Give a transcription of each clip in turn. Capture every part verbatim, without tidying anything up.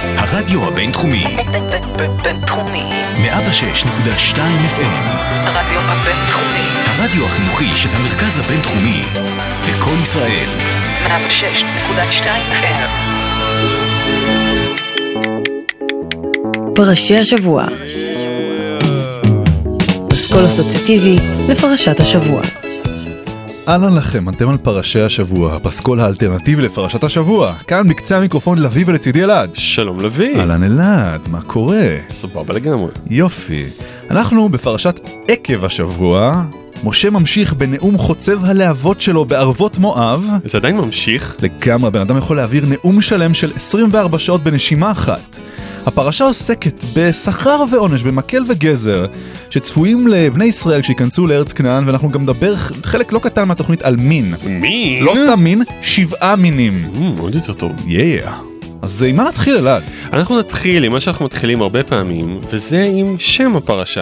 הרדיו הבינתחומי. בינתחומי. מאה ושש נקודה שתיים אף אם. הרדיו הבינתחומי. הרדיו החינוכי של המרכז הבינתחומי. וכל ישראל. מאה ושש נקודה שתיים אף אם. פרשי השבוע. פסקול אסוציאטיבי לפרשת השבוע. אהלן לכם, אתם על פרשי השבוע, הפסקול האלטרנטיבי לפרשת השבוע. כאן בקצה המיקרופון לוי ולצידי אלעד. שלום לוי. אהלן אלעד, מה קורה? סבבה לגמרי. יופי. אנחנו בפרשת עקב השבוע. משה ממשיך בנאום חוצב הלהבות שלו בערבות מואב. זה עדיין ממשיך? לגמרי, בן אדם יכול להעביר נאום שלם של עשרים וארבע שעות בנשימה אחת. הפרשה עוסקת בשכר ועונש, במקל וגזר, שצפויים לבני ישראל כשיכנסו לארץ כנען, ואנחנו גם נדבר חלק לא קטן מהתוכנית על מין. מין? לא סתם מין, שבעה מינים. מאוד יותר טוב. יאה. אז עם מה נתחיל, אלעד? אנחנו נתחיל עם מה שאנחנו מתחילים הרבה פעמים, וזה עם שם הפרשה.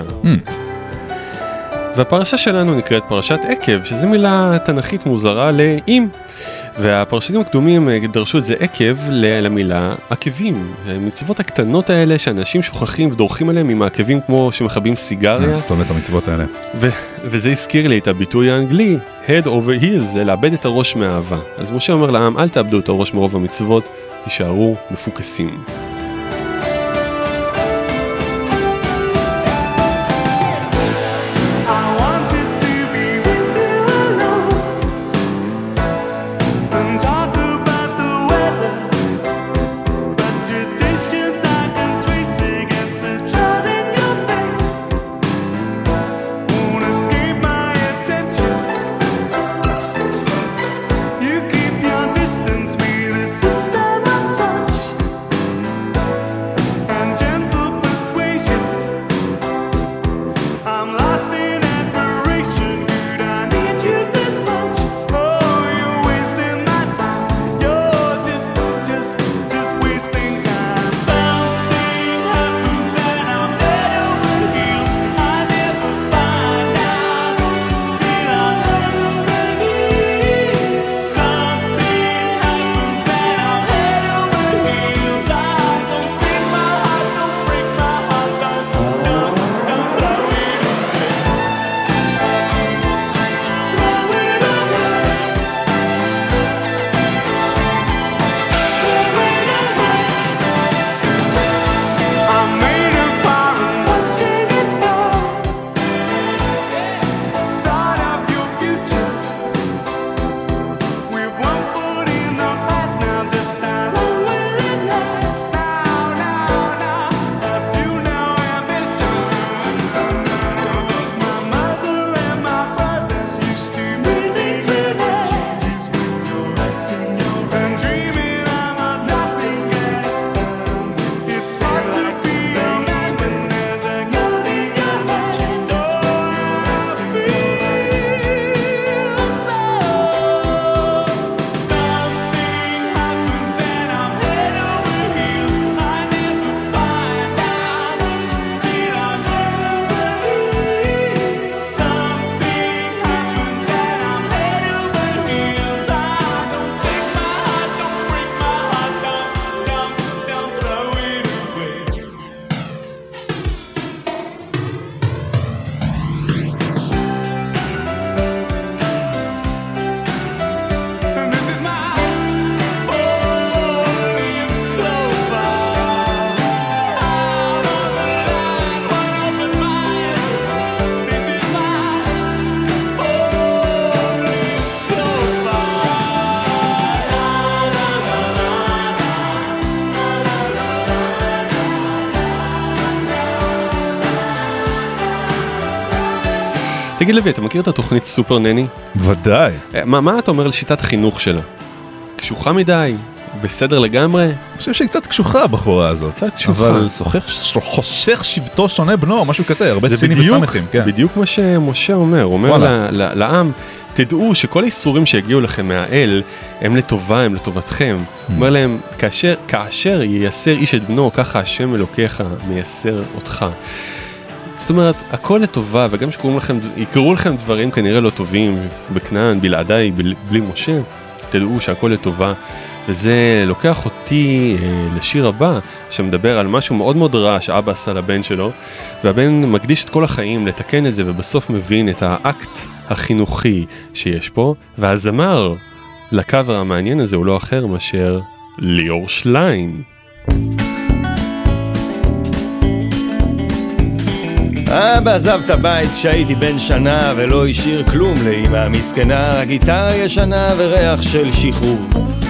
והפרשה שלנו נקראת פרשת עקב, שזו מילה תנכית מוזרה לאם. והפרשנים הקדומים דרשו את זה עקב למילה עקבים. המצוות הקטנות האלה שאנשים שוכחים ודורכים עליהם עם העקבים כמו שמחבים סיגריה. שונא את המצוות האלה. ו- וזה הזכיר לי את הביטוי האנגלי, head over heels, זה לאבד את הראש מאהבה. אז משה אומר לעם, אל תאבדו את הראש מרוב המצוות, תישארו מפוקסים. תגיד לוי, אתה מכיר את התוכנית סופר נני? ודאי. מה, מה אתה אומר על שיטת החינוך שלה? קשוחה מדי? בסדר לגמרי? אני חושב שהיא קצת קשוחה הבחורה הזאת. קצת קשוחה. אבל חוסך שבטו שונא בנו, משהו כזה, הרבה סינים וסמכים. זה בדיוק מה שמשה אומר, הוא אומר לעם, תדעו שכל האיסורים שהגיעו לכם מהאל, הם לטובה, הם לטובתכם. הוא אומר להם, כאשר ייסר איש את בנו, ככה השם אלוקיך מייסר אותך. זאת אומרת, הכל לטובה, וגם שקוראים לכם, יקראו לכם דברים כנראה לא טובים, בכנען, בלעדיי, בלי משה, תדעו שהכל לטובה, וזה לוקח אותי אה, לשיר הבא, שמדבר על משהו מאוד מאוד רע שאבא עשה לבן שלו, והבן מקדיש את כל החיים לתקן את זה, ובסוף מבין את האקט החינוכי שיש פה, והזמר לקאבר המעניין הזה הוא לא אחר מאשר ליאור שליין. אבא עזב את הבית כשהייתי בן שנה ולא השאיר כלום לאמא המסכנה, הגיטרה ישנה וריח של שחרות.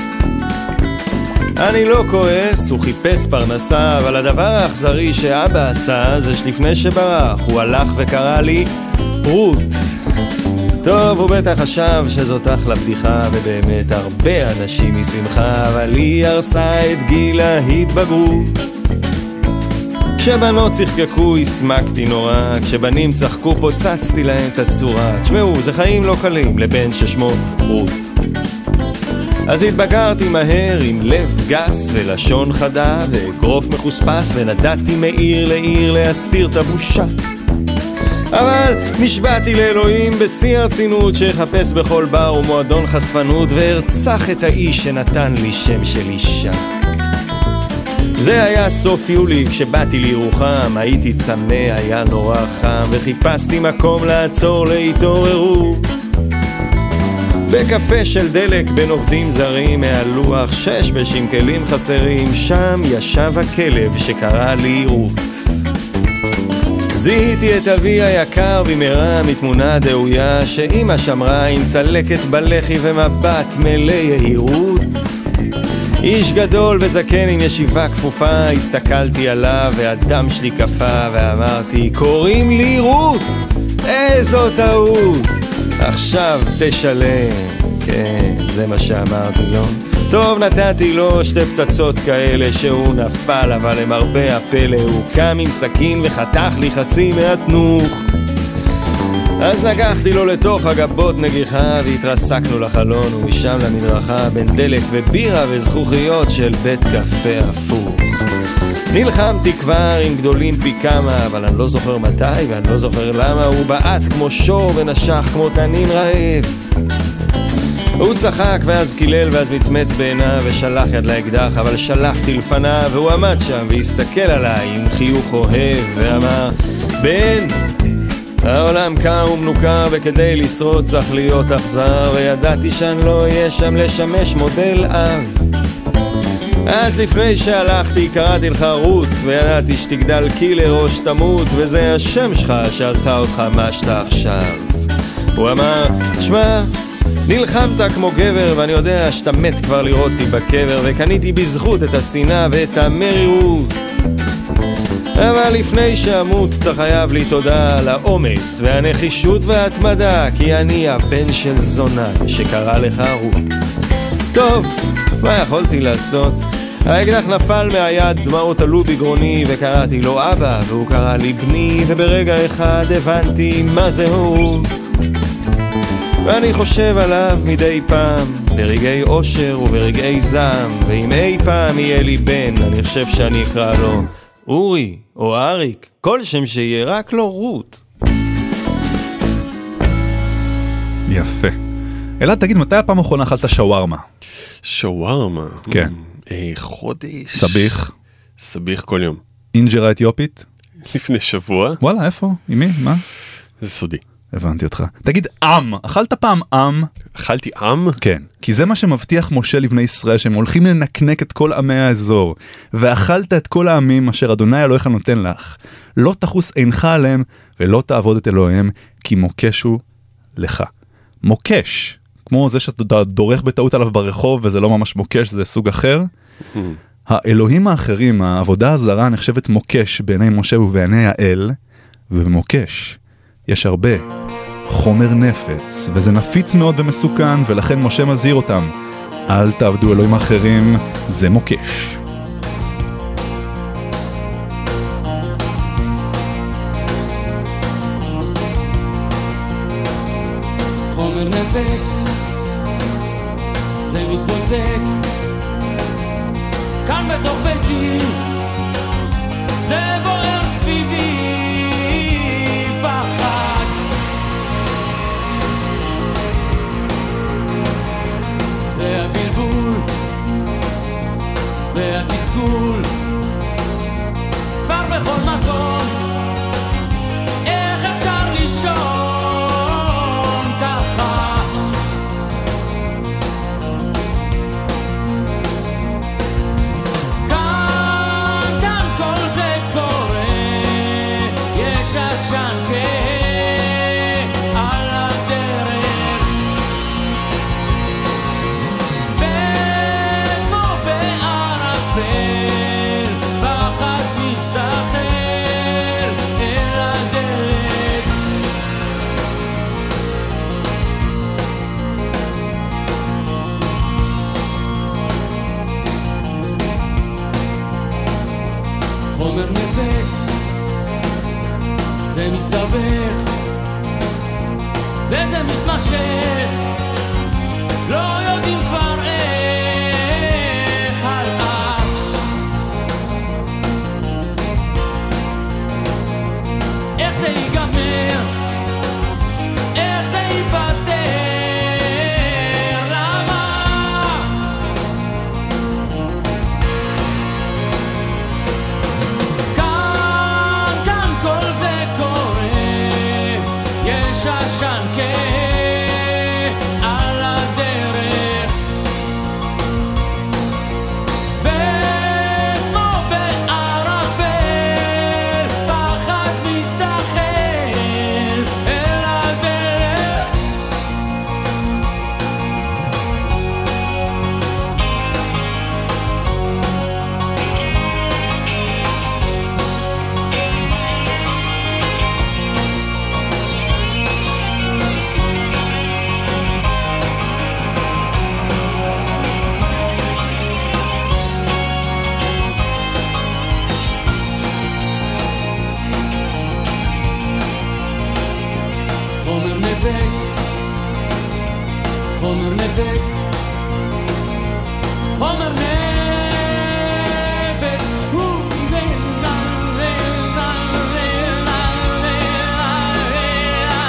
אני לא כועס, הוא חיפש פרנסה, אבל הדבר האכזרי שאבא עשה זה שלפני שברח הוא הלך וקרא לי רות. טוב, הוא בטח חשב שזאת אחלה בדיחה, ובאמת הרבה אנשים משמחה, אבל היא הרסה את גיל ההתבגרות. כשבנות צחקקו הסמקתי נורא, כשבנים צחקו פוצצתי להם את הצורה. תשמעו, זה חיים לא קלים לבן ששמו רות. אז התבגרתי מהר עם לב גס ולשון חדה וגרוף מחוספס, ונדעתי מעיר לעיר להסתיר את הבושה. אבל נשבעתי לאלוהים בשיא הרצינות שיחפש בכל בר ומועדון חשפנות, והרצח את האיש שנתן לי שם של אישה. זה היה סוף יולי כשבאתי לירוחם, הייתי צמא, היה נורא חם, וחיפשתי מקום לעצור להתעוררות. בקפה של דלק בין עובדים זרים, מהלוח שש בשינקלים חסרים, שם ישב הכלב שקרא לי רות. זיהיתי את אבי היקר במהרה מתמונה דאויה, שאמא שמרה עם צלקת בלחי ומבט מלא יהירות. איש גדול וזקן עם ישיבה כפופה, הסתכלתי עליו והדם שלי קפה, ואמרתי, קוראים לי רות, איזו טעות, עכשיו תשלם. כן, זה מה שאמרתי לו. טוב, נתתי לו שתי פצצות כאלה שהוא נפל, אבל הם הרבה הפלא, הוא קם עם סכין וחתך לי חצי מהתנוך. אז נגחתי לו לתוך הגבות נגיחה, והתרסקנו לחלון ומשם למדרכה, בין דלק ובירה וזכוכיות של בית קפה הפוך. נלחמתי כבר עם גדולים פי כמה, אבל אני לא זוכר מתי ואני לא זוכר למה. הוא בעט כמו שור ונשך כמו תנין רעב. הוא צחק ואז קילל ואז מצמץ בעיניו ושלח יד לאקדח, אבל שלחתי לפניו והוא עמד שם והסתכל עליי עם חיוך אוהב ואמר, בן, העולם קר ומנוכר וכדי לשרוד צריך להיות אכזר, וידעתי שאני לא אהיה שם לשמש מודל אב. אז לפני שהלכתי קראתי לך רות, וידעתי שתגדל קילר או שתמות, וזה השם שלך שעשה אותך מה שאתה עכשיו. הוא אמר, תשמע, נלחמת כמו גבר ואני יודע שאתה מת כבר לראות אותי בקבר, וקניתי בזכות את השנאה ואת המרירות. אבל לפני שאמות אתה חייב לי תודה על האומץ והנחישות וההתמדה, כי אני הבן של זונה שקרא לך רות. טוב, מה יכולתי לעשות? האקדח נפל מהיד, דמעות עלו בגרוני, וקראתי לו אבא והוא קרא לי בני, וברגע אחד הבנתי מה זה הורות. ואני חושב עליו מדי פעם, ברגעי אושר וברגעי זעם, ואם אי פעם יהיה לי בן, אני חושב שאני אקרא לו אורי או אריק, כל שם שיהיה, רק לא רות. יפה. אלעד, תגיד, מתי הפעם האחרונה אכלת שווארמה? שווארמה? כן. אה, חודש. סביח? סביח כל יום. אינג'רה אתיופית? לפני שבוע. וואלה, איפה? עם מי? מה? זה סודי. הבנתי אותך. תגיד, עם. אכלת פעם עם? אכלתי עם? כן. כי זה מה שמבטיח משה לבני ישראל, שהם הולכים לנקנק את כל עמי האזור. ואכלת את כל העמים אשר אדוני אלוהיך נותן לך. לא תחוס עינך עליהם, ולא תעבוד את אלוהיהם, כי מוקשו לך. מוקש. כמו זה שאתה דורך בטעות עליו ברחוב, וזה לא ממש מוקש, זה סוג אחר. האלוהים האחרים, העבודה הזרה נחשבת מוקש בעיני משה ובעיני האל, ובמוקש יש הרבה חומר נפץ, וזה נפיץ מאוד ומסוכן, ולכן משה מזהיר אותם, אל תעבדו אלוהים אחרים, זה מוקש. חומר נפץ, זה מתפוצץ כאן בתוך ביתי, זה בוער סביבי פחד, מסתבך וזה מתמשך, לא יודעים כבר איך הלאה. איך זה ייגמר, איך זה ייפטר, למה? כאן, כאן כל זה קורה, יש עשן על הדרך וכמו בערפל פחד מסתחל אל הדרך. חומר נפץ, חומר נפץ, חומר נפץ, הוא לילה, לילה, לילה, לילה.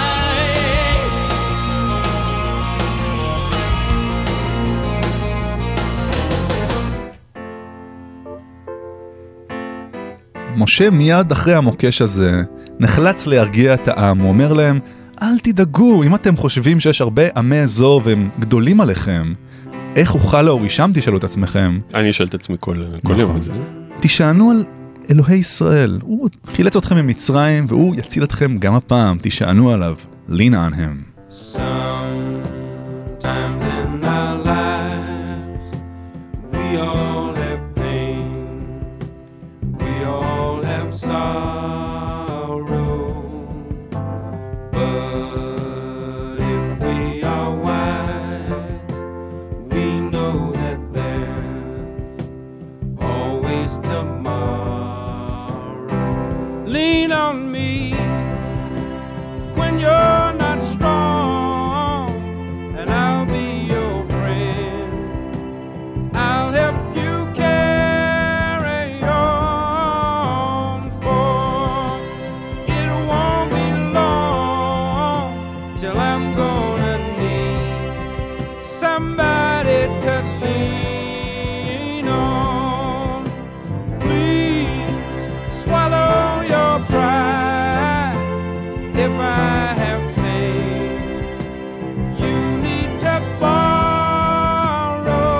משה מיד אחרי המוקש הזה נחלץ להרגיע את העם, הוא אומר להם, אל תדאגו, אם אתם חושבים שיש הרבה עמי אזור והם גדולים עליכם, איך אוכל להורישם, תשאלו את עצמכם. אני אשאל את עצמי כל, כל יום את זה. תשענו על אלוהי ישראל, הוא חילץ אתכם ממצרים והוא יציל אתכם גם הפעם, תשענו עליו, lean on him. Sometimes in our lives we all have pain, we all have sorrow, but if we are wise, we know that there's always tomorrow. Lean on me when you're not strong, and I'll be your friend. I'll help you carry on, for it won't be long till I'm gonna need somebody to lean on. Please swallow your pride if I have things you need to borrow,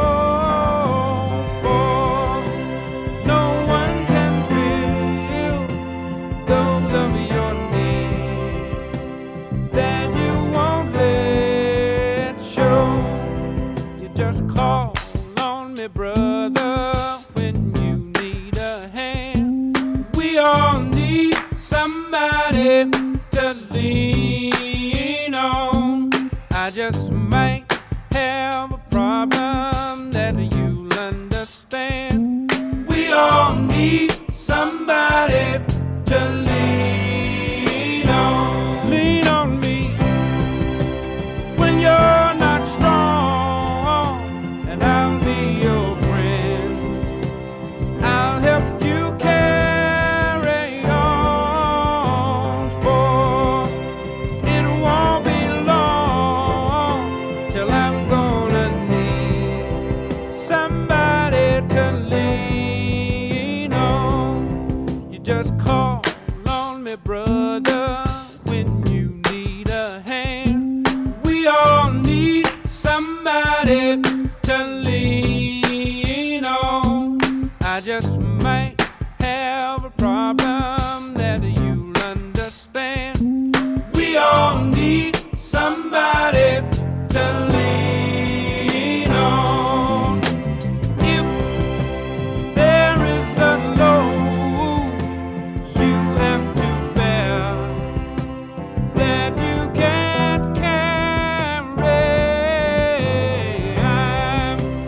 for no one can fill those of your needs that you won't let show. You just call on me, brother, when you need a hand. We all need somebody to lean on. I just might have a problem that you'll understand. We all need somebody to lean on. Lean on me when you're not strong, and I'll be your friend. I'll help you carry on, for it won't be long till I'm gonna need somebody to lean on. You just call on me, brother, when you need a hand. We all need somebody to lean on. I just might have a problem that you'll understand. We all need somebody to lean on. If there is a load you have to bear that you can't carry, I'm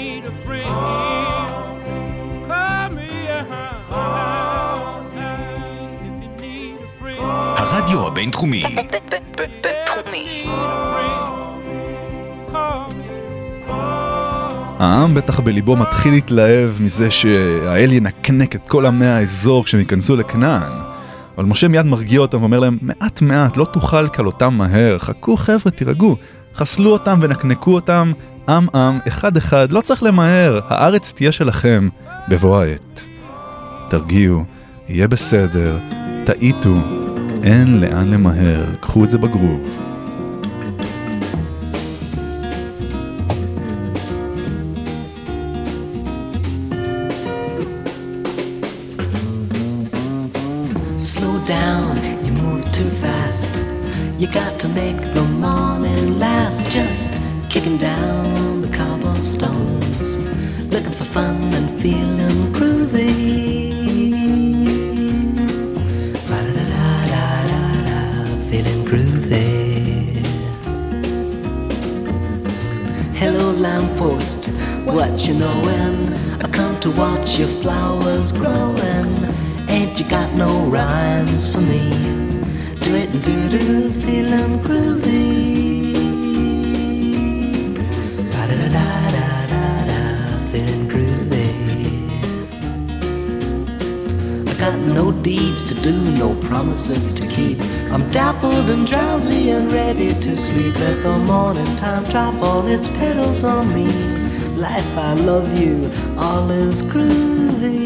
need a friend, call me out. If you need a friend, הרדיו הבינתחומי. בינתחומי. call me. העם בטח בליבו מתחיל להתלהב מזה שהאל ינקנק את כל עמי האזור כשהם ייכנסו לכנען. אבל משה מיד מרגיע אותם ואומר להם, מעט מעט, לא תוכל כלותם מהר, חכו חבר'ה, תירגעו, חסלו אותם ונקנקו אותם, עם עם, אחד אחד, לא צריך למהר, הארץ תהיה שלכם, בבוא העת. תרגיעו, יהיה בסדר, תעיתו, אין לאן למהר, קחו את זה בגרוב. Slow down, you move too fast. You got to make the morning last. Just kicking down the cobblestones, looking for fun and feeling groovy. Ba-da-da-da-da-da, feeling groovy. Hello lamppost, what you knowin'? I come to watch your flowers growing. Ain't you got no rhymes for me? Do it and do-do, feeling groovy. Ba-da-da-da-da-da, feeling groovy. I got no deeds to do, no promises to keep. I'm dappled and drowsy and ready to sleep. Let the morning time drop all its petals on me. Life, I love you, all is groovy.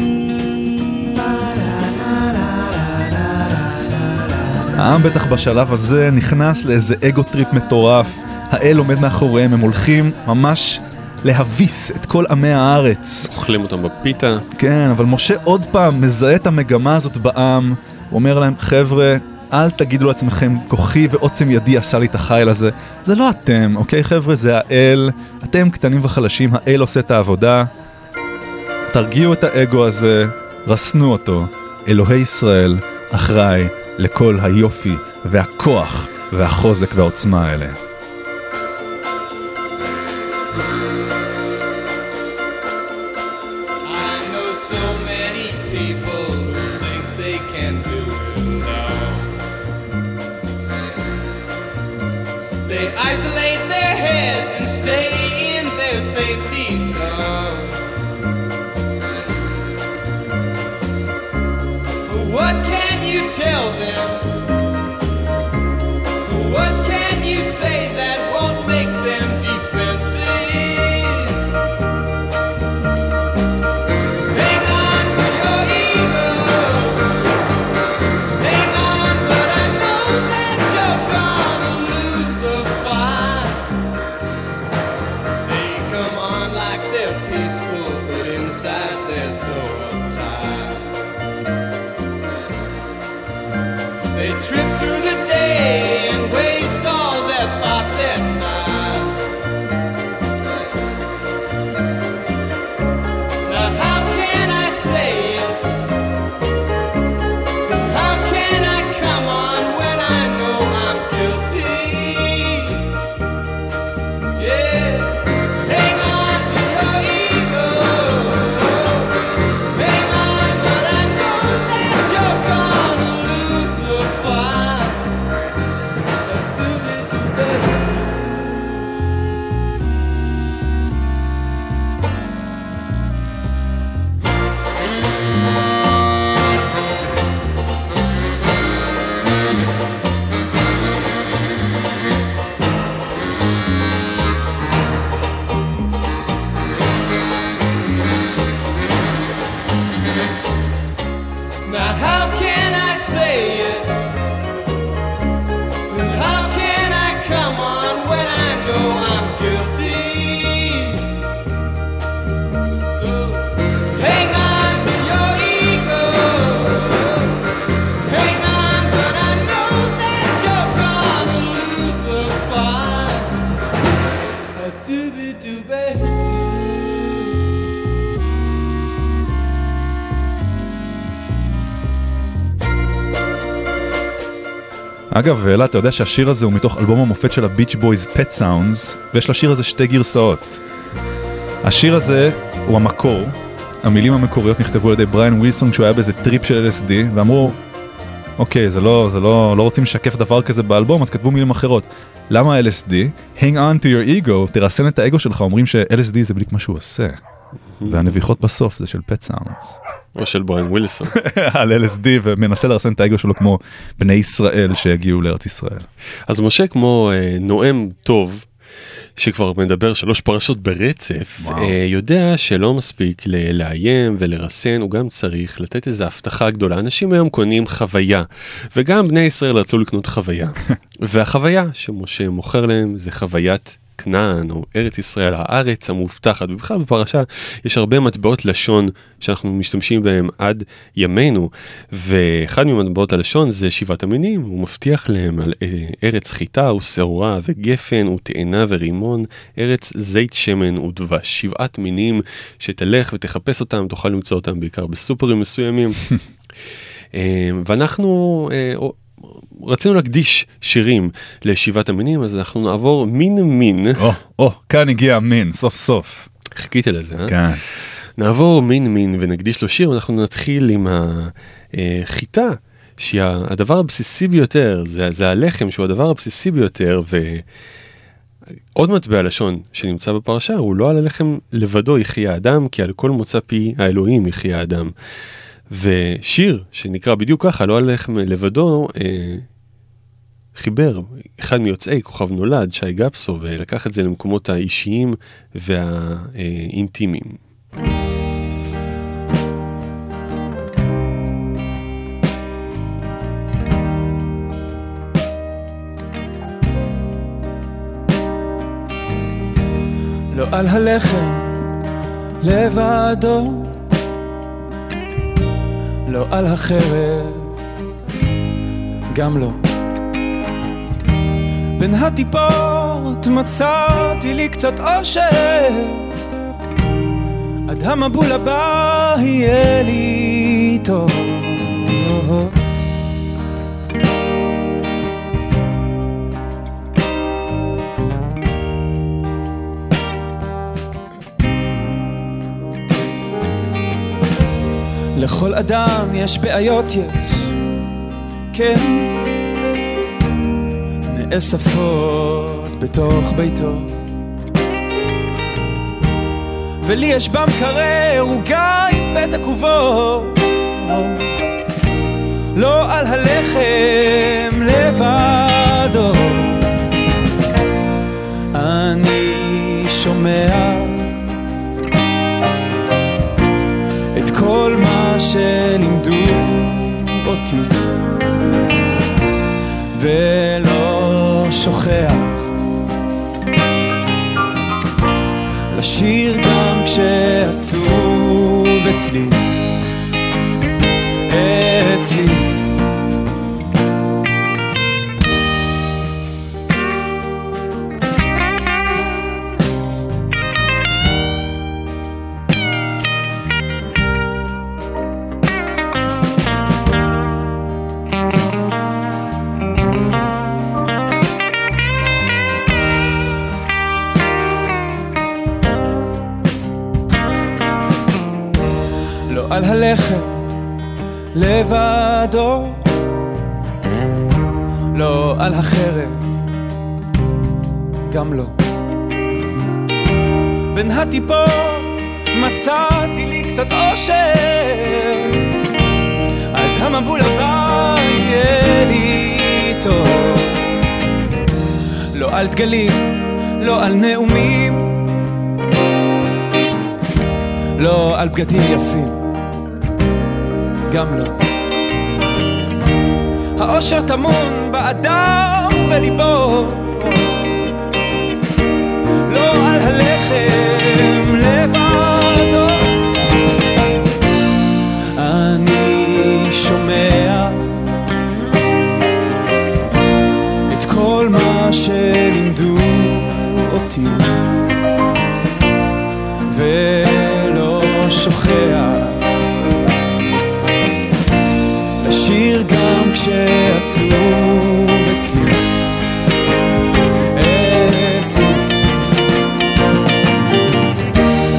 העם בטח בשלב הזה נכנס לאיזה אגו טריפ מטורף, האל עומד מאחוריהם, הם הולכים ממש להביס את כל עמי הארץ. אוכלים אותם בפיתה. כן, אבל משה עוד פעם מזהה את המגמה הזאת בעם, הוא אומר להם, חבר'ה, אל תגידו לעצמכם, כוחי ועוצם ידי עשה לי את החיל הזה. זה לא אתם, אוקיי חבר'ה? זה האל, אתם קטנים וחלשים, האל עושה את העבודה. תרגיעו את האגו הזה, רסנו אותו. אלוהי ישראל אחראי לכל היופי והכוח והחוזק והעוצמה האלה. אגב, ואלה, אתה יודע שהשיר הזה הוא מתוך אלבום המופת של הביץ' בויז, Pet Sounds, ויש לשיר הזה שתי גרסאות. השיר הזה הוא המקור, המילים המקוריות נכתבו על ידי בריאן ווילסון כשהוא היה באיזה טריפ של אל אס די, ואמרו, אוקיי, זה לא, זה לא, לא רוצים לשקף דבר כזה באלבום, אז כתבו מילים אחרות. למה אל אס די? Hang on to your ego, תרסן את האגו שלך, אומרים ש-אל אס די זה בדיוק מה שהוא עושה. והנביחות בסוף זה של פט סאונדס. או של בריאן ווילסון. על אל אס די ומנסה לרסן את האגו שלו כמו בני ישראל שהגיעו לארץ ישראל. אז משה כמו אה, נואם טוב, שכבר מדבר שלוש פרשות ברצף, אה, יודע שלא מספיק ל- לאיים ולרסן, הוא גם צריך לתת איזו הבטחה גדולה. אנשים היום קונים חוויה, וגם בני ישראל רצו לקנות חוויה. והחוויה שמשה מוכר להם זה חוויית כנען או ארץ ישראל, הארץ המובטחת. ובכלל בפרשה יש הרבה מטבעות לשון שאנחנו משתמשים בהם עד ימינו, ואחד ממטבעות הלשון זה שבעת המינים. הוא מבטיח להם על ארץ חיטה ושעורה וגפן ותאנה ורימון, ארץ זית שמן ודבש. שבעת מינים שתלך ותחפש אותם, תוכל למצוא אותם בעיקר בסופרים מסוימים. ואנחנו רצינו להקדיש שירים לשבעת המינים, אז אנחנו נעבור מין מין. או, או, כאן הגיע המין, סוף סוף. חיכיתי לזה, אה? כן. נעבור מין מין ונקדיש לו שיר, ואנחנו נתחיל עם החיטה, שהיא הדבר הבסיסי ביותר, זה, זה הלחם שהוא הדבר הבסיסי ביותר, ועוד מטבע לשון שנמצא בפרשה, הוא לא על הלחם לבדו יחיה האדם, כי על כל מוצא פי האלוהים יחיה האדם. ושיר שנקרא בדיוק ככה, לא על לחם לבדו, אה, חיבר אחד מיוצאי כוכב נולד, שי גפסו, ולקח את זה למקומות האישיים והאינטימיים. לא על הלחם לבדו, לא על החרב, גם לא. בין הטיפות מצאתי לי קצת אושר, עד המבול הבא יהיה לי טוב. לכל אדם יש בעיות, יש, כן, נאספות בתוך ביתו, ולי יש במקרר עוגה עם פתק ובו, לא על הלחם לבדו. אני שומע את כל מה שלימדו אותי, ולא שוכח לשיר גם כשעצוב אצלי, אצלי. על הלחם לבדו, לא על החרב, גם לא. בין הטיפות מצאתי לי קצת אושר, עד המבול הבא יהיה לי טוב. לא על דגלים, לא על נאומים, לא על בגדים יפים, גם לא. האושר טמון באדם וליבו, לא על הלחם לבדו. אני שומע את כל מה שלימדו אותי, ולא שוכח לשיר גם כשעצוב אצלי, אצלי.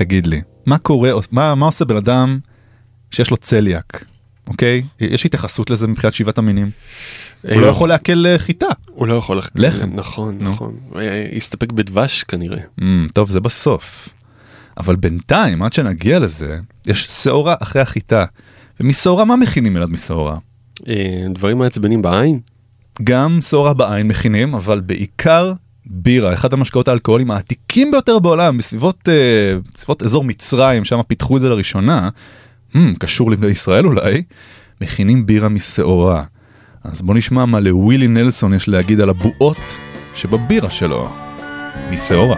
תגיד לי, מה קורה, מה, מה עושה בן אדם שיש לו צליאק, אוקיי? יש התייחסות לזה מבחינת שבעת המינים? הוא לא יכול להקל חיטה. הוא לא יכול להקל, לחם. נכון, נכון. יסתפק בדבש כנראה. טוב, זה בסוף. אבל בינתיים, עד שנגיע לזה, יש שעורה אחרי החיטה. ומשעורה, מה מכינים ילד משעורה? דברים מעצבנים בעין? גם שעורה בעין מכינים, אבל בעיקר בירה, אחד המשקאות האלכוהולים העתיקים ביותר בעולם, בסביבות, בסביבות אזור מצרים, שם פיתחו את זה לראשונה, hmm, קשור לישראל אולי, מכינים בירה משעורה. אז בוא נשמע מה לווילי נלסון יש להגיד על הבועות שבבירה שלו, משעורה.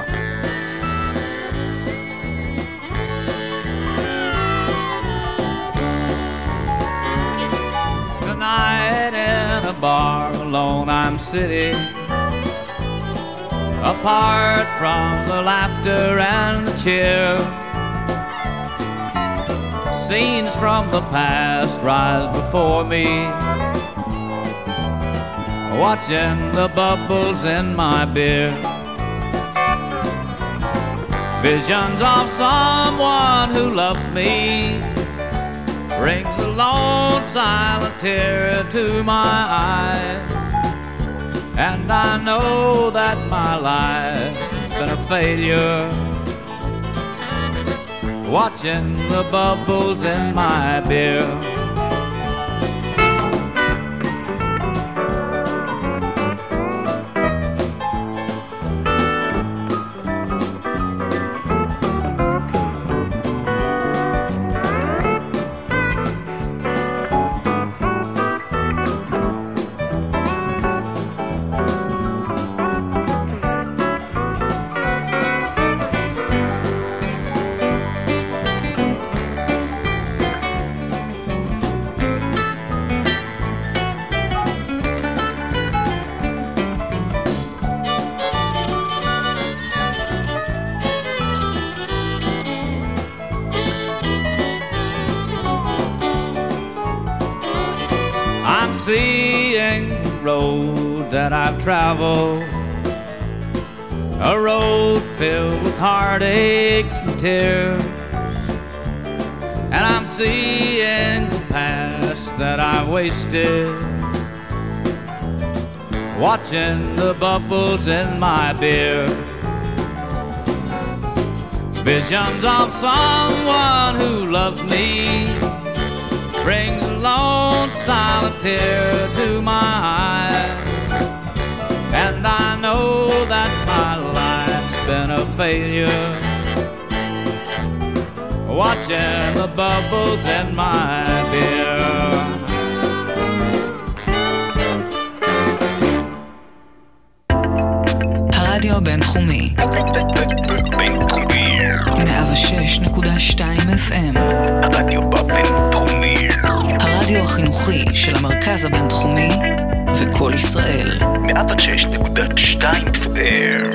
Tonight in a bar alone I'm sitting, apart from the laughter and the cheer. Scenes from the past rise before me, watching the bubbles in my beer. Visions of someone who loved me brings a lone silent tear to my eye, and I know that my life's been a failure, watching the bubbles in my beer. Seeing the road that I've traveled, a road filled with heartaches and tears, and I'm seeing the past that I've wasted, watching the bubbles in my beer. Visions of someone who loved me brings a lone silent tear to my eye, and I know that my life's been a failure, watching the bubbles in my beer. הרדיו הבינתחומי בינתחומי מאה ושש נקודה שתיים אף אם, הרדיו בבינתחומי, הרדיו החינוכי של המרכז הבינתחומי וכל ישראל מאה ושש נקודה שתיים אף אם.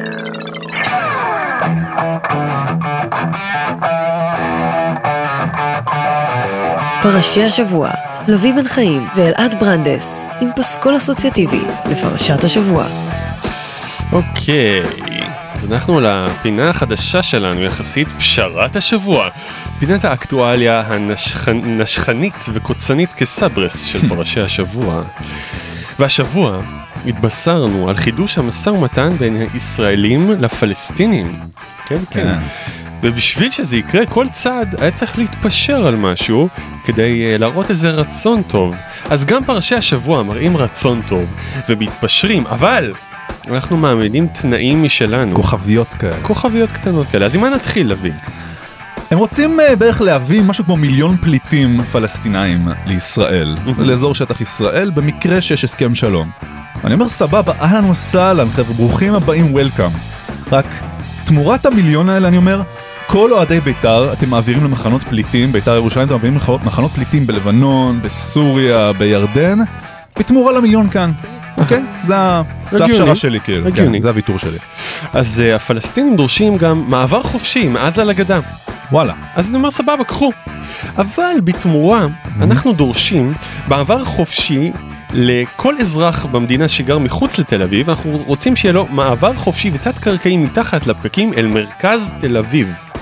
פרשי השבוע, לוי בן חיים ואלעד ברנדס עם פסקול אסוציאטיבי לפרשת השבוע. אוקיי, אז אנחנו לפינה החדשה שלנו יחסית, פשרת השבוע, פינת האקטואליה הנשכנית וקוצנית כסברס של פרשי השבוע. והשבוע התבשרנו על חידוש המשא ומתן בין הישראלים לפלסטינים. כן, כן. ובשביל שזה יקרה, כל צד היה צריך להתפשר על משהו כדי להראות איזה רצון טוב. אז גם פרשי השבוע מראים רצון טוב ומתפשרים, אבל אנחנו מעמידים תנאים משלנו. כוכביות כאלה. כוכביות קטנות כאלה. אז אם מה נתחיל להביא? הם רוצים בערך להביא משהו כמו מיליון פליטים פלסטינאים לישראל, לאזור שטח ישראל, במקרה שיש הסכם שלום. אני אומר סבבה, אהלן וסהלן, חבר'ה, ברוכים הבאים, וולקאם. רק תמורת המיליון האלה, אני אומר, כל אוהדי ביתר, אתם מעבירים למחנות פליטים, ביתר ירושלים, אתם מעבירים למחנות פליטים בלבנון, בסוריה, בירדן, בתמורה למיליון כאן. אוקיי? זה הפשרה שלי, כאילו. זה הוויתור שלי. אז הפלסטינים דורשים גם מעבר חופשי מעזה לגדה. וואלה. אז אני אומר סבבה, קחו. אבל בתמורה, אנחנו דורשים מעבר חופשי לכל אזרח במדינה שגר מחוץ לתל אביב. אנחנו רוצים שיהיה לו מעבר חופשי ותת קרקעי מתחת לפקקים אל מרכז תל אביב.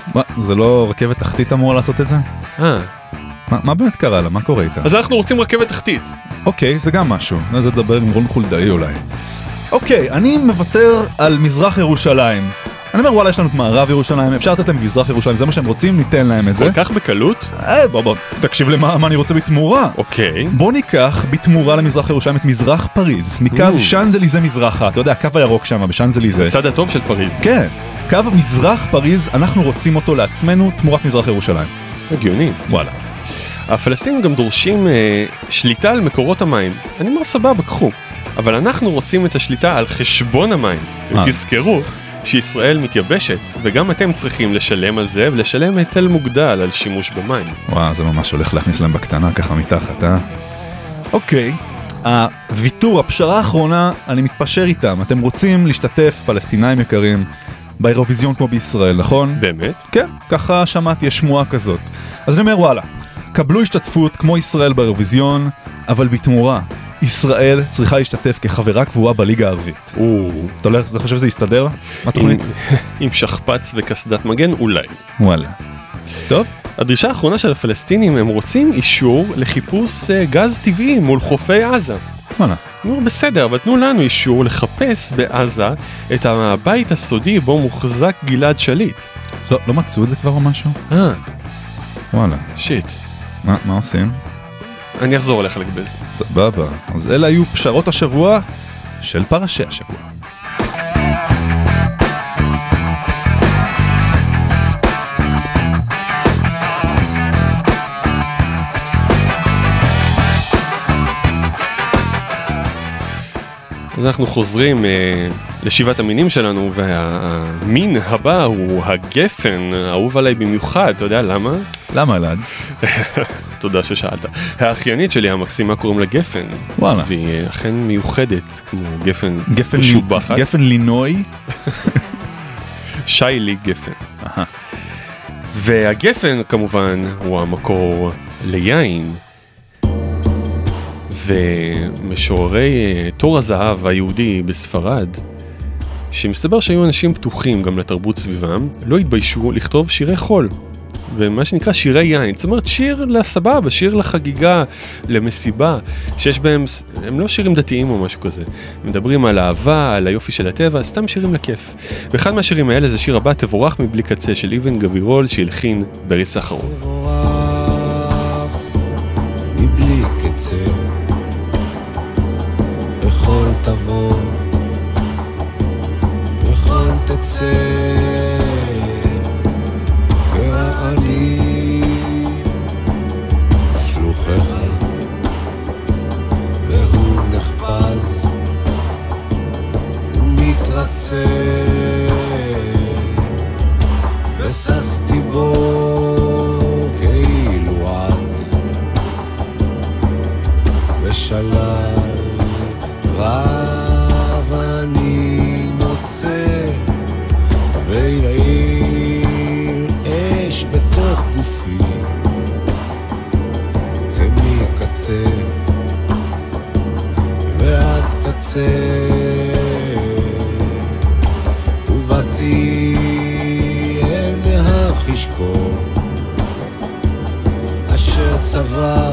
מה, זה לא רכבת תחתית אמורה לעשות את זה? אה. מה, מה באמת קרה לה? מה קורה איתה? אז אנחנו רוצים רכבת תחתית. אוקיי, זה גם משהו. זה לדבר עם רון חולדאי אולי. אוקיי, אני מוותר על מזרח ירושלים. אני אומר, וואלה, יש לנו את מערב ירושלים, אפשר לתת להם מזרח ירושלים, זה מה שהם רוצים, ניתן להם את זה. כל כך בקלות? אה, בוא, בוא, תקשיב למה מה אני רוצה בתמורה. אוקיי. בוא ניקח בתמורה למזרח ירושלים את מזרח פריז, מקו שאנזליזה מזרחה, אתה יודע, הקו הירוק שם, בשאנזליזה. הצד הטוב של פריז. כן, קו מזרח פריז, אנחנו רוצים אותו לעצמנו, תמורת מזרח ירושלים. הגיוני. וואלה. הפלסטינים גם דורשים אה, שליטה על מקורות המים. אני אומר סבבה, קחו. אבל אנחנו רוצים את השליטה על חשבון המים. ותזכרו שישראל מתייבשת, וגם אתם צריכים לשלם על זה, ולשלם היטל מוגדל על שימוש במים. וואו, זה ממש הולך להכניס להם בקטנה, ככה מתחת, אה? אוקיי, הוויתור, הפשרה האחרונה, אני מתפשר איתם. אתם רוצים להשתתף, פלסטינאים יקרים, באירוויזיון כמו בישראל, נכון? באמת? כן, ככה שמעתי, יש שמועה כזאת. אז אני אומר, וואלה, קבלו השתתפות כמו ישראל באירוויזיון, אבל בתמורה, ישראל צריכה להשתתף כחברה קבועה בליגה הערבית. אתה הולך, אתה חושב שזה יסתדר? מה תוכנית? עם שכפץ וכסדת מגן, אולי. וואלה. טוב. הדרישה האחרונה של הפלסטינים, הם רוצים אישור לחיפוש גז טבעי מול חופי עזה. וואלה. נו, בסדר, אבל תנו לנו אישור לחפש בעזה את הבית הסודי בו מוחזק גלעד שליט. לא, לא מצאו את זה כבר או משהו? אה. וואלה. שיט. מה, מה עושים? אני אחזור אליך לגבי זה. סבבה. אז אלה היו פשרות השבוע של פרשי השבוע. אז אנחנו חוזרים אה, לשבעת המינים שלנו, והמין הבא הוא הגפן, אהוב עליי במיוחד, אתה יודע למה? למה אלעד? תודה ששאלת. האחיינית שלי המקסימה קוראים לה גפן. וואלה. והיא אכן מיוחדת, כמו גפן, גפן משובחת. גפן לינוי? שיילי גפן. והגפן כמובן הוא המקור ליין. ומשוררי תור הזהב היהודי בספרד, שמסתבר שהיו אנשים פתוחים גם לתרבות סביבם, לא התביישו לכתוב שירי חול, ומה שנקרא שירי יין. זאת אומרת, שיר לסבבה, שיר לחגיגה, למסיבה, שיש בהם, הם לא שירים דתיים או משהו כזה, מדברים על אהבה, על היופי של הטבע, סתם שירים לכיף. ואחד מהשירים האלה זה שיר הבא, תבורך מבלי קצה, של אבן גבירול, שהלחין בריס האחרון. תבורך מבלי קצה, בכל תבוא, בכל תצא, ואני שלוחך, והוא נחפז ומתרצה, וססתי בו כאילו עד, ושלל רב אני מוצא, ולעיר אש בתוך גופי, ומקצה ועד קצה, ובאתי אל נהר חשקו, אשר צוואר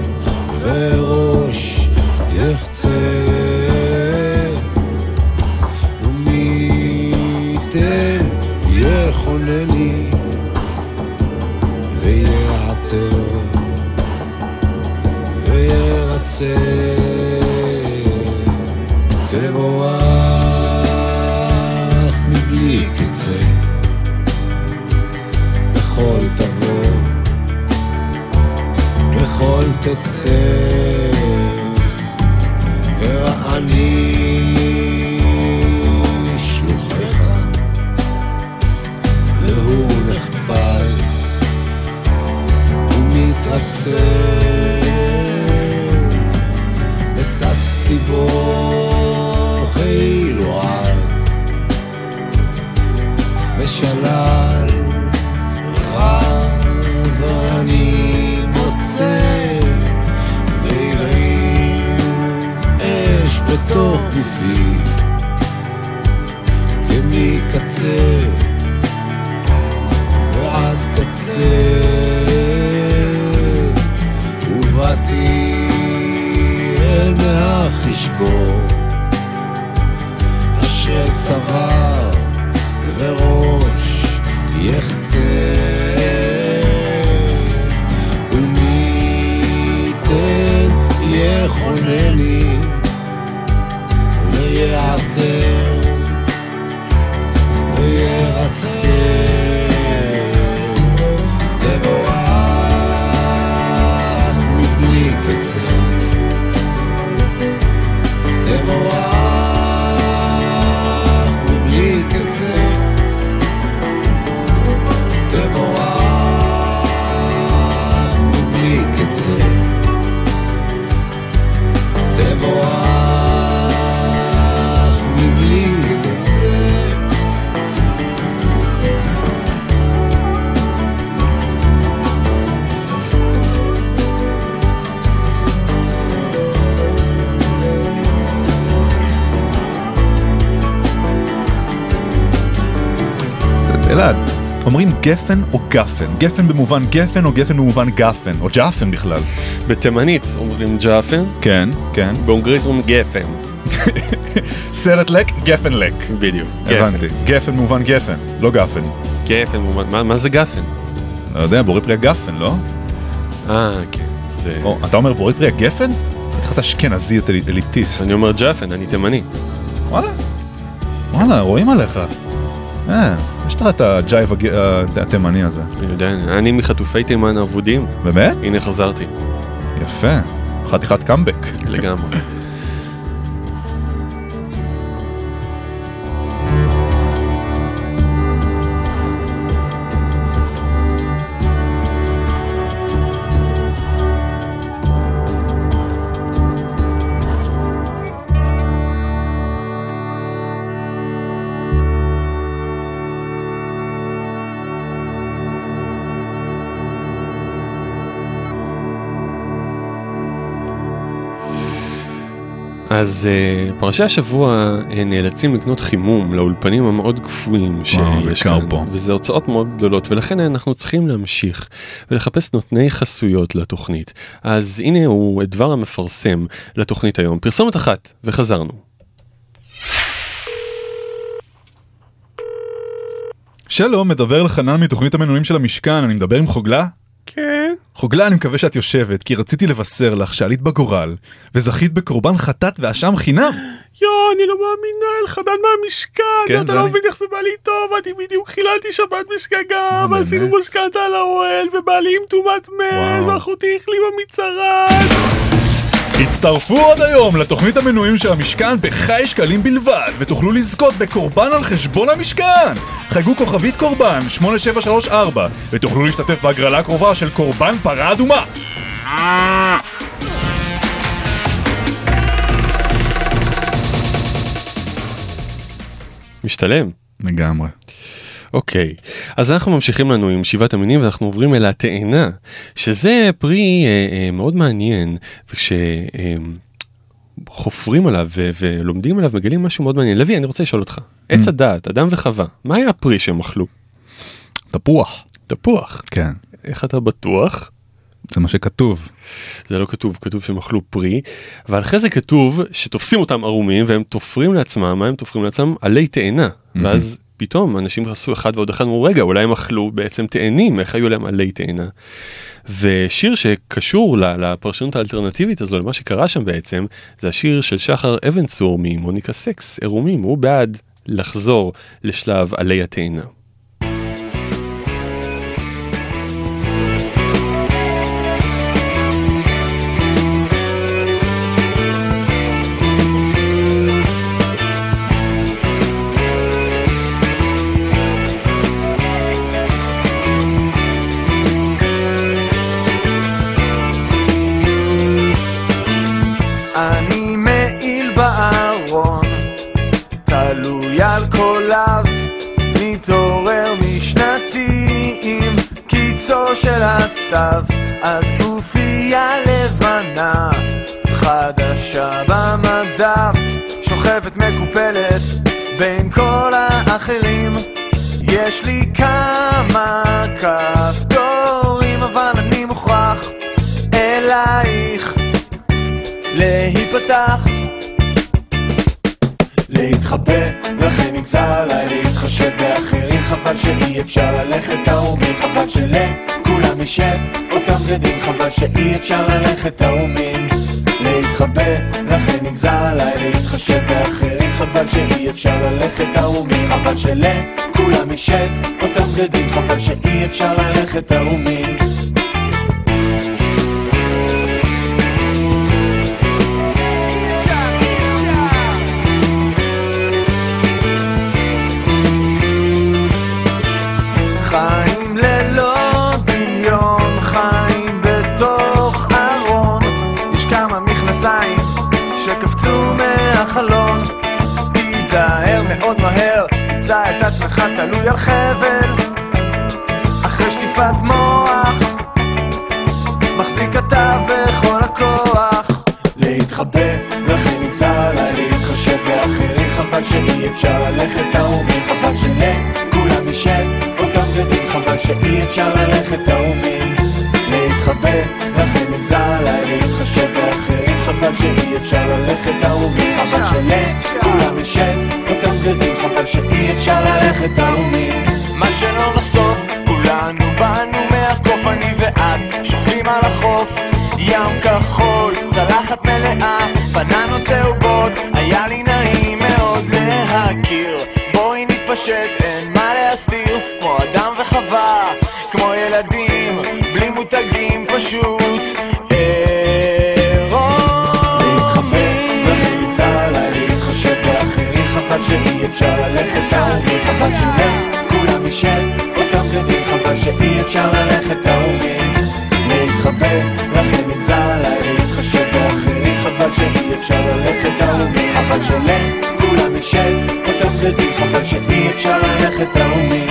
וראש יחצה, ומי ייתן יכונני ויעתר וירצה, תבורך מבלי קצה, בכל תבוא, בכל תצא, ואני שלוחך, והוא נחפז ומתרצה, וססתי בו חילו עד, ושלל רב ואני מוצא, בתוך גופי, ומקצה ישקור, אשר צוואר וראש יחצה, ומי ייתן יכונני ויעתר וירצה. אלעד, אומרים גפן או גפן? גפן במובן גפן או גפן במובן גפן? או ג'אפן בכלל? בתימנית אומרים ג'אפן. כן, כן. באונגרית אומרים גפן. סרט לק, גפן לק. בדיוק. הבנתי. גפן במובן גפן, לא גפן. גפן במובן, מה, מה זה גפן? לא יודע, בורא פרי הגפן, לא? אה, כן. זה... או, אתה אומר בורא פרי הגפן? אתה אשכנזי אליטיסט. אני אומר ג'אפן, אני תימני. וואלה. וואלה, רואים עליך. אה, יש לך את הג'ייב התימני הזה. אני יודע, אני מחטופי תימן אבודים. באמת? הנה חזרתי. יפה, חתיכת קאמבק. לגמרי. אז uh, פרשי השבוע uh, נאלצים לקנות חימום לאולפנים המאוד קפואים שיש כאן, וזה הוצאות מאוד גדולות, ולכן אנחנו צריכים להמשיך ולחפש נותני חסויות לתוכנית. אז הנה הוא הדבר המפרסם לתוכנית היום. פרסומת אחת, וחזרנו. שלום, מדבר לחנן מתוכנית המנויים של המשכן, אני מדבר עם חוגלה? כן. חוגלה, אני מקווה שאת יושבת, כי רציתי לבשר לך שעלית בגורל, וזכית בקורבן חטאת ואשם חינם. יו, אני לא מאמינה, אלחנן מהמשכן, כן, אתה לא מבין איך זה בא לי טוב, אני בדיוק חיללתי שבת משגגה, ועשינו משכנתה על האוהל, ובעלי עם תומת מל, ואחותי החלימה מצרת. הצטרפו עוד היום לתוכנית המנויים של המשכן בחי שקלים בלבד, ותוכלו לזכות בקורבן על חשבון המשכן. חייגו כוכבית קורבן שמונה שבע שלוש ארבע ותוכלו להשתתף בהגרלה הקרובה של קורבן פרה אדומה. משתלם. לגמרי. אוקיי, אז אנחנו ממשיכים לנו עם שבעת המינים ואנחנו עוברים אל התאנה, שזה פרי אה, אה, מאוד מעניין, וכשחופרים אה, עליו ו- ולומדים עליו מגלים משהו מאוד מעניין. לוי, אני רוצה לשאול אותך, עץ הדעת, אדם וחווה, מה היה הפרי שהם אכלו? תפוח. תפוח? כן. איך אתה בטוח? זה מה שכתוב. זה לא כתוב, כתוב שהם אכלו פרי, ואחרי זה כתוב שתופסים אותם ערומים, והם תופרים לעצמם, מה הם תופרים לעצמם? עלי תאנה, ואז פתאום אנשים עשו אחד ועוד אחד, אמרו רגע, אולי הם אכלו בעצם תאנים, איך היו להם עלי תאנה. ושיר שקשור לפרשנות האלטרנטיבית הזו, למה שקרה שם בעצם, זה השיר של שחר אבנסור ממוניקה סקס, ערומים, הוא בעד לחזור לשלב עלי התאנה. של הסתיו, עד גופייה לבנה חדשה במדף, שוכבת מקופלת בין כל האחרים. יש לי כמה כפתורים, אבל אני מוכרח אלייך להיפתח. להתחבא, לכן נגזר עליי להתחשב באחרים, חבל שאי אפשר ללכת תאומים, חבל שלכולם ישב אותם בגדים, חבל שאי אפשר ללכת תאומים. להתחבא, לכן נגזר עליי להתחשב באחרים, חבל שאי אפשר ללכת תאומים, חבל שלכולם ישב אותם בגדים, חבל שאי אפשר ללכת תאומים. חיים ללא דמיון, חיים בתוך ארון, יש כמה מכנסיים שקפצו מהחלון, תיזהר מאוד מהר, תמצא את עצמך תלוי על חבל, אחרי שטיפת מוח, מחזיק אתה בכל הכוח. להתחבא, לכן נגזר עליי להתחשב באחרים, חבל שאי אפשר ללכת תאומים, חבל שלכולם ישב אותם בגדים, חבל שאי אפשר ללכת תאומים. להתחבא, לכן נגזר עליי להתחשב באחרים, חבל שאי אפשר ללכת תאומים, חבל שלכולם ישב אותם בגדים, חבל שאי אפשר ללכת תאומים. מה שלא נחשוף, כולנו באנו מהקוף, אני ואת שוכבים על החוף, ים כחול, צלחת מלאה, פננו צהובות, היה לי נעים מאוד להכיר, בואי נתפשט, אין מה להסתיר, כמו אדם וחווה, כמו ילדים, בלי מותגים, פשוט עירום. להתחבא, לכן נגזר עליי להתחשב באחרים, חבל שאי אפשר ללכת תאומים, חבל שלכולם ישב אותם בגדים, חבל שאי אפשר ללכת תאומים. להתחבא, לכן נגזר עליי להתחשב באחרים, חבל שאי אפשר ללכת תאומים, חבל שלכולם ישב אותם בגדים, חבל שאי אפשר ללכת תאומים.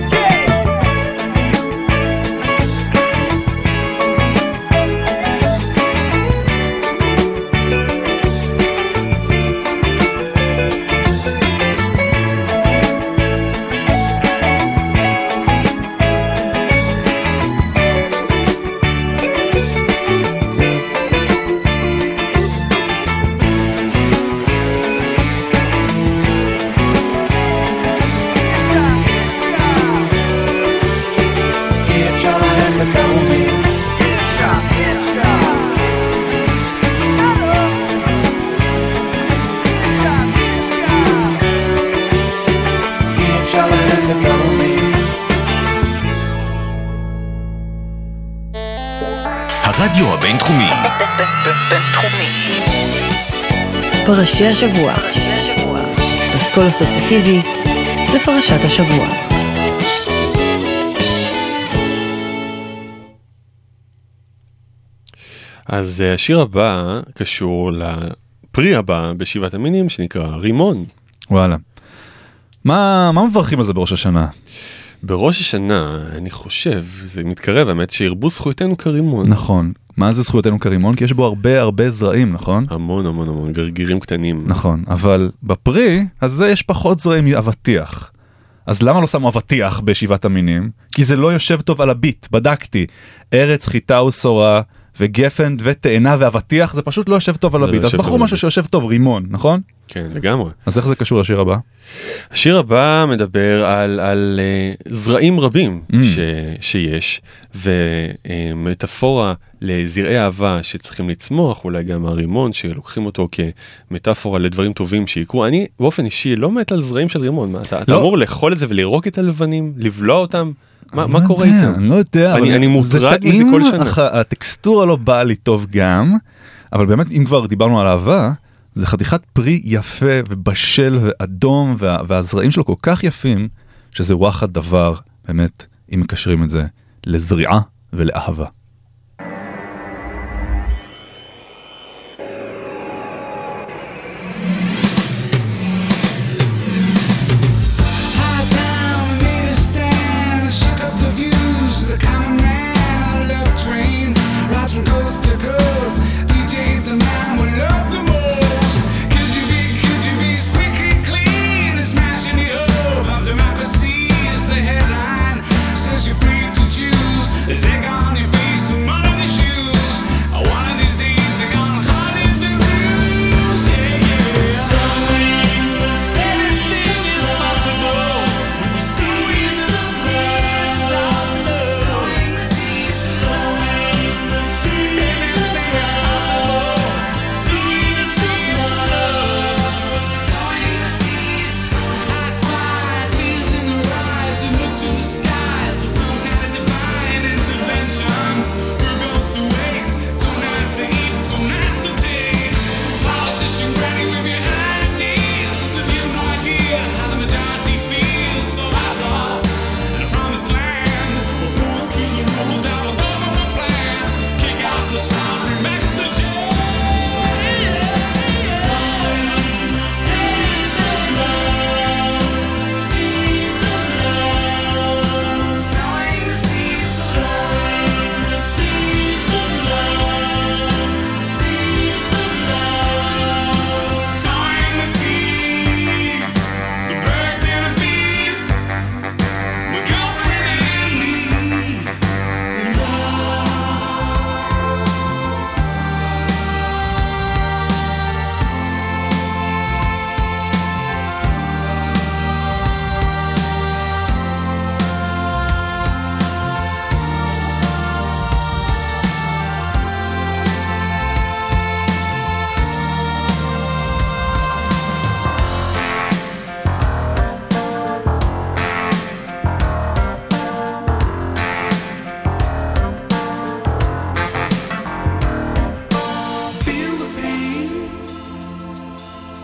הרדיו הבינתחומי. בינתחומי. פרשי השבוע. אסכול אסוציאטיבי לפרשת השבוע. אז השיר הבא קשור לפרי הבא בשבעת המינים שנקרא רימון. וואלה. מה, מה מברכים על זה בראש השנה? בראש השנה, אני חושב, זה מתקרב, האמת, שירבו זכויותינו כרימון. נכון. מה זה זכויותינו כרימון? כי יש בו הרבה הרבה זרעים, נכון? המון המון המון, גרגירים קטנים. נכון, אבל בפרי, אז זה יש פחות זרעים מאבטיח. אז למה לא שמו אבטיח בשבעת המינים? כי זה לא יושב טוב על הביט, בדקתי. ארץ, חיטה וסורה, וגפן ותאנה ואבטיח, זה פשוט לא יושב טוב על הביט. אז בחרו משהו שיושב טוב, רימון, נכון? כן, לגמרי. אז איך זה קשור לשיר הבא? השיר הבא מדבר על, על uh, זרעים רבים mm. ש, שיש, ומטאפורה לזרעי אהבה שצריכים לצמוח, אולי גם הרימון שלוקחים אותו כמטאפורה לדברים טובים שיקרו. אני באופן אישי לא מת על זרעים של רימון, מה, אתה, לא. אתה אמור לאכול את זה ולירוק את הלבנים, לבלוע אותם? מה, מה קורה איתם? אני לא יודע. אני, אני מוטרד מזה כל שנה. הח, הטקסטורה לא באה לי טוב גם, אבל באמת אם כבר דיברנו על אהבה, זה חתיכת פרי יפה ובשל ואדום, וה, והזרעים שלו כל כך יפים, שזה וואחד דבר, באמת, אם מקשרים את זה, לזריעה ולאהבה. Is it gonna be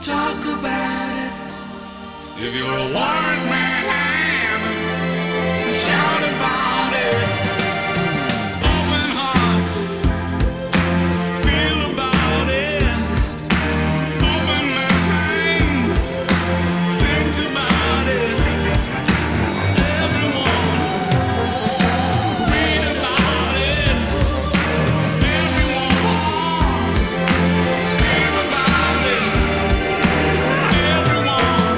talk about it. If you're a warrant man, shout about it. Open hearts, feel about it. Open minds, think about it. Everyone, read about it. Everyone, scream about it. Everyone,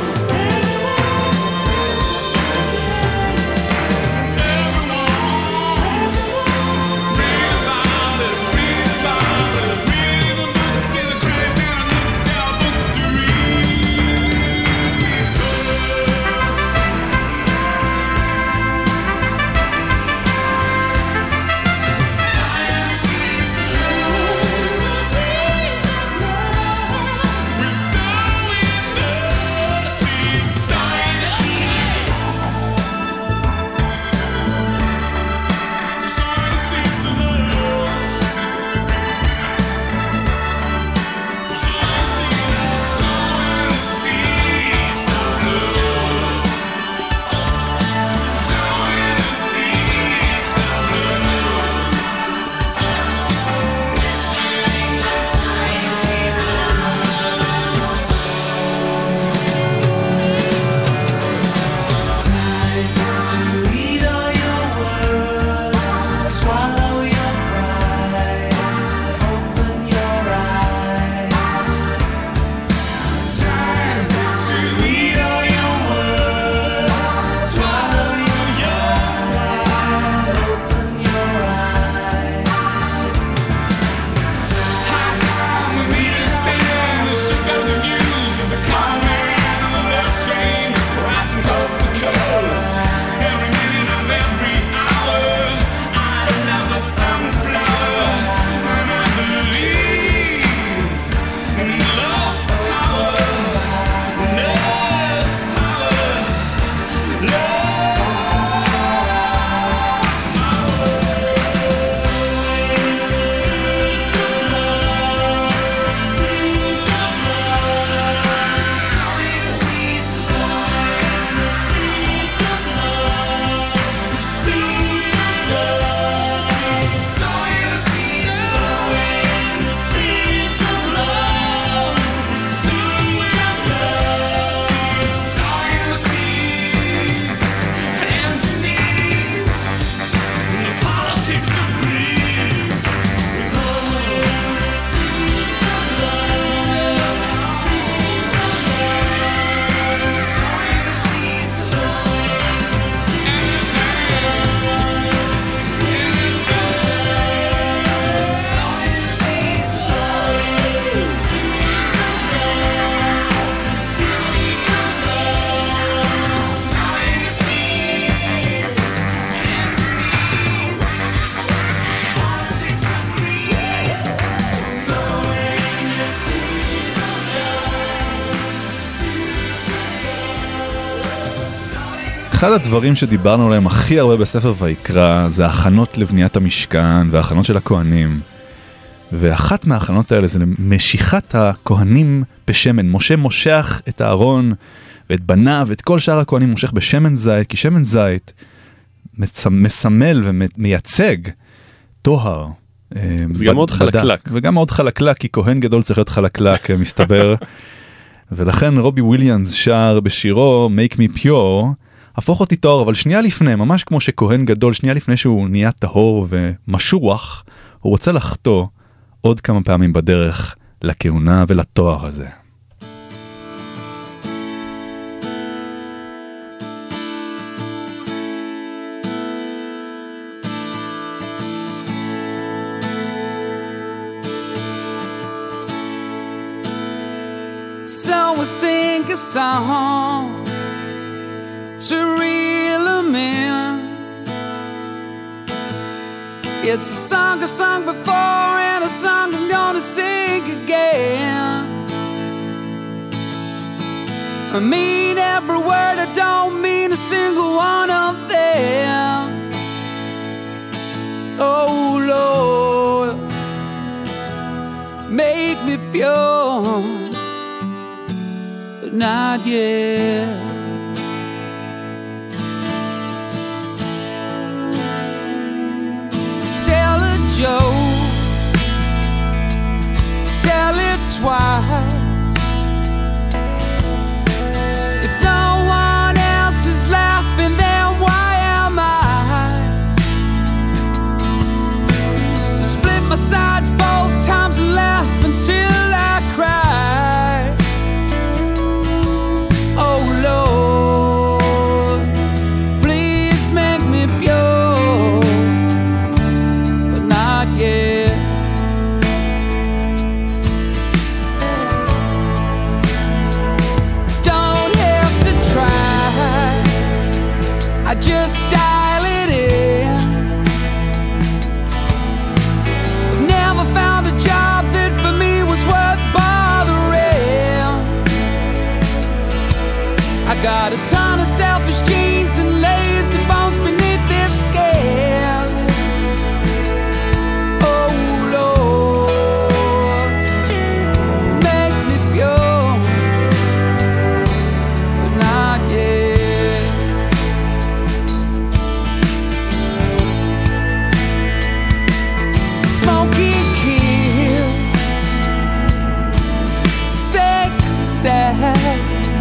אחד הדברים שדיברנו עליהם הכי הרבה בספר ויקרא זה ההכנות לבניית המשכן וההכנות של הכהנים. ואחת מההכנות האלה זה משיכת הכהנים בשמן. משה מושך את הארון ואת בניו ואת כל שאר הכהנים מושך בשמן זית, כי שמן זית מסמל ומייצג טוהר. וגם מאוד חלקלק. וגם מאוד חלקלק, כי כהן גדול צריך להיות חלקלק, מסתבר. ולכן רובי וויליאמס שר בשירו Make Me Pure, הפוך אותי טהור, אבל שנייה לפני, ממש כמו שכהן גדול, שנייה לפני שהוא נהיה טהור ומשוח, הוא רוצה לחטוא עוד כמה פעמים בדרך לכהונה ולתואר הזה. So we sing a song to reel 'em in. It's a song I sung before and a song I'm gonna sing again. I mean every word, I don't mean a single one of them. Oh Lord, make me pure. not yet. Tell a joke, tell it twice. If no one else is laughing, then why am I? Split my sides both times and laugh until I cry. Oh Lord, please make me pure, but not yet. Don't have to try, I just dial it in. Never found a job that for me was worth bothering. I got a ton of selfish genes and lazy bones beneath this skin. Oh Lord, make me pure, but not yet. Smoky kills, sex sad.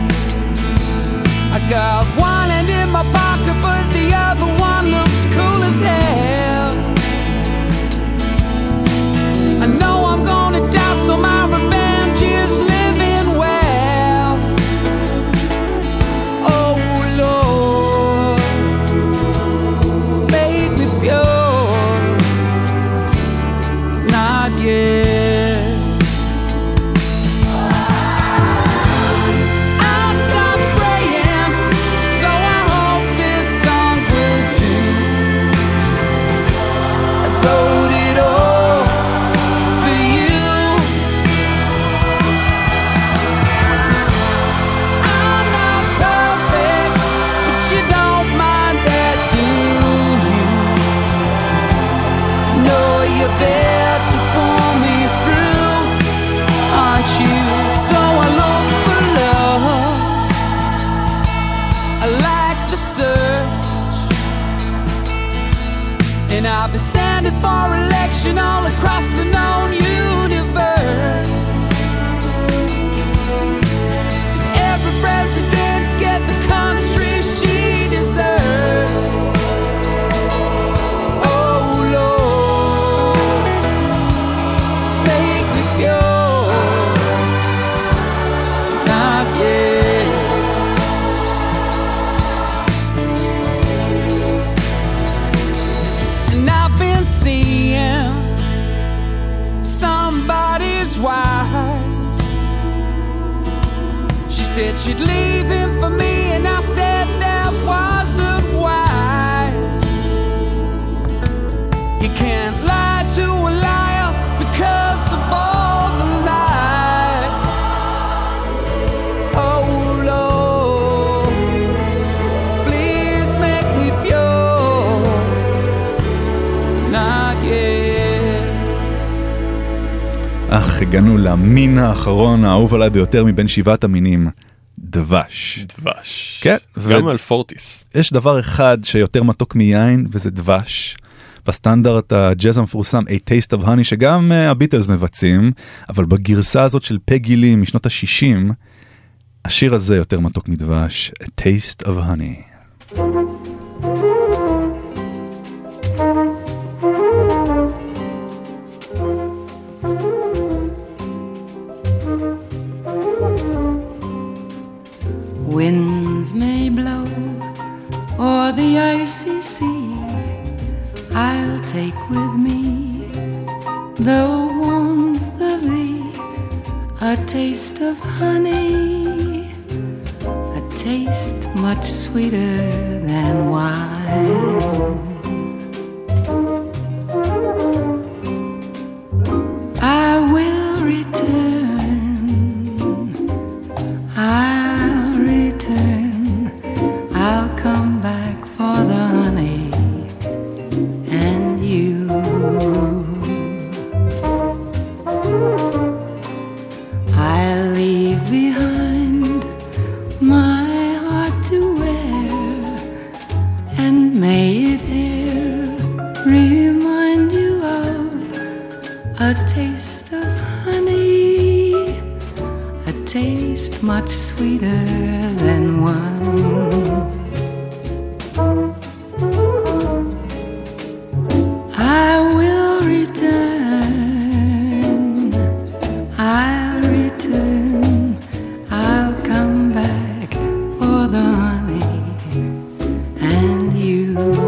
I got one hand in my pocket, but the other one looks cool as hell. I know I'm gonna die, so my revenge is living well. Oh Lord, make me pure, not yet. I'll stop praying, so I hope this song will do. I wrote it all for you. I'm not perfect, but you don't mind that, do you? I know you're there to pull me through, aren't you? So I look for love, I like the search, and I've been standing for election all across the known universe. Every president get the country she deserves. Oh Lord, make me pure, not yet. And I've been seeing somebody's wife. She said she'd leave him for me, and I said that wasn't wise. You can't lie to a liar because of all the lies. Oh Lord, please make me pure, not yet. אך הגענו למין האחרון האהוב עליי ביותר מבין שבעת המינים, דבש. דבש. כן. גם על פורטיס. יש דבר אחד שיותר מתוק מיין, וזה דבש. בסטנדרט הג'אז המפורסם A Taste of Honey, שגם uh, הביטלס מבצעים, אבל בגרסה הזאת של פגי לי משנות ה-שישים, השיר הזה יותר מתוק מדבש, A Taste of Honey. Winds may blow o'er the icy sea, I'll take with me the warmth of thee, a taste of honey, a taste much sweeter than wine. I will return, I'll return, I'll come back for the honey and you. I'll leave behind taste much sweeter than wine. I will return, I'll return, I'll come back for the honey and you.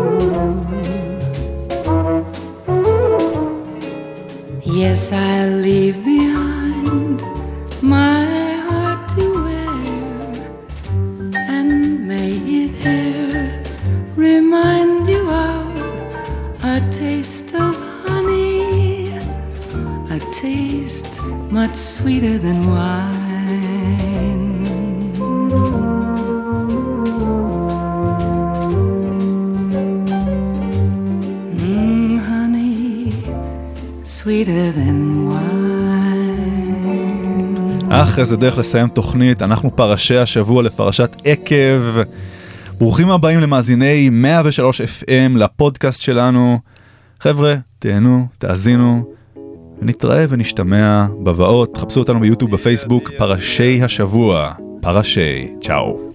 Yes, I'll leave behind my heart to wear, and may it e'er remind you of a taste of honey, a taste much sweeter than wine. Mm, honey, sweeter than wine. אך איזה דרך לסיים תוכנית, אנחנו פרשי השבוע לפרשת עקב. ברוכים הבאים למאזיני מאה ושלוש אף אם לפודקאסט שלנו. חבר'ה, תהנו, תאזינו, ונתראה ונשתמע בבאות. חפשו אותנו ביוטיוב, בפייסבוק, פרשי השבוע. פרשי, צ'או.